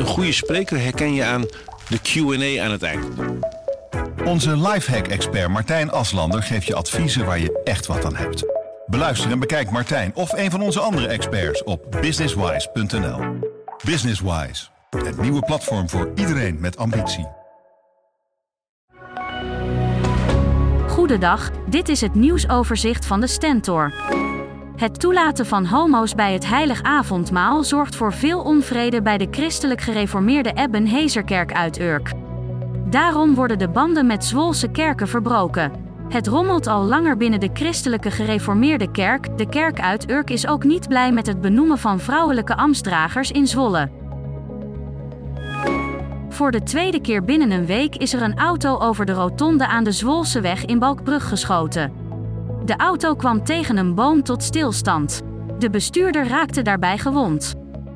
goede spreker herken je aan de Q&A aan het eind. Onze lifehack-expert Martijn Aslander geeft je adviezen waar je echt wat aan hebt. Beluister en bekijk Martijn of een van onze andere experts op businesswise.nl. Businesswise, het nieuwe platform voor iedereen met ambitie. Goedendag, dit is het nieuwsoverzicht van de Stentor. Het toelaten van homo's bij het heilig avondmaal zorgt voor veel onvrede bij de christelijk gereformeerde Ebenhezerkerk uit Urk. Daarom worden de banden met Zwolse kerken verbroken. Het rommelt al langer binnen de christelijke gereformeerde kerk. De kerk uit Urk is ook niet blij met het benoemen van vrouwelijke ambtsdragers in Zwolle. Voor de tweede keer binnen een week is er een auto over de rotonde aan de Zwolseweg in Balkbrug geschoten. De auto kwam tegen een boom tot stilstand. De bestuurder raakte daarbij gewond.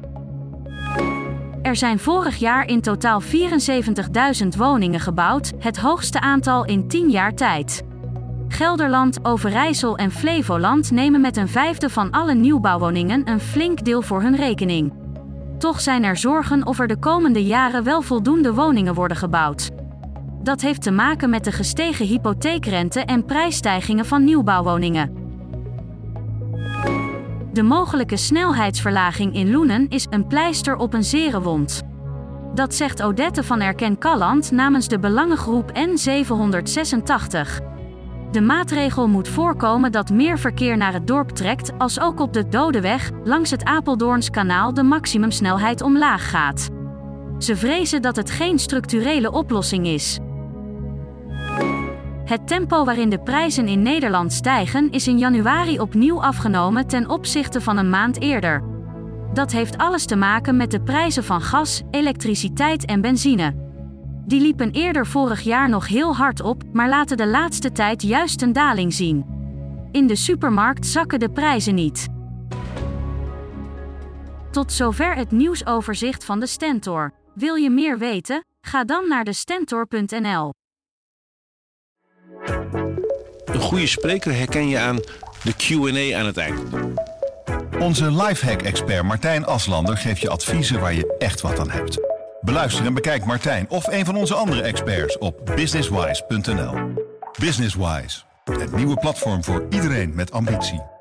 Er zijn vorig jaar in totaal 74.000 woningen gebouwd, het hoogste aantal in 10 jaar tijd. Gelderland, Overijssel en Flevoland nemen met een vijfde van alle nieuwbouwwoningen een flink deel voor hun rekening. Toch zijn er zorgen of er de komende jaren wel voldoende woningen worden gebouwd. Dat heeft te maken met de gestegen hypotheekrente en prijsstijgingen van nieuwbouwwoningen. De mogelijke snelheidsverlaging in Loenen is een pleister op een zere wond. Dat zegt Odette van Erken Calland namens de belangengroep N786. De maatregel moet voorkomen dat meer verkeer naar het dorp trekt, als ook op de Dodeweg langs het Apeldoorns kanaal de maximumsnelheid omlaag gaat. Ze vrezen dat het geen structurele oplossing is. Het tempo waarin de prijzen in Nederland stijgen is in januari opnieuw afgenomen ten opzichte van een maand eerder. Dat heeft alles te maken met de prijzen van gas, elektriciteit en benzine. Die liepen eerder vorig jaar nog heel hard op, maar laten de laatste tijd juist een daling zien. In de supermarkt zakken de prijzen niet. Tot zover het nieuwsoverzicht van de Stentor. Wil je meer weten? Ga dan naar de stentor.nl. Een goede spreker herken je aan de Q&A aan het eind. Onze lifehack-expert Martijn Aslander geeft je adviezen waar je echt wat aan hebt. Beluister en bekijk Martijn of een van onze andere experts op businesswise.nl. Businesswise, het nieuwe platform voor iedereen met ambitie.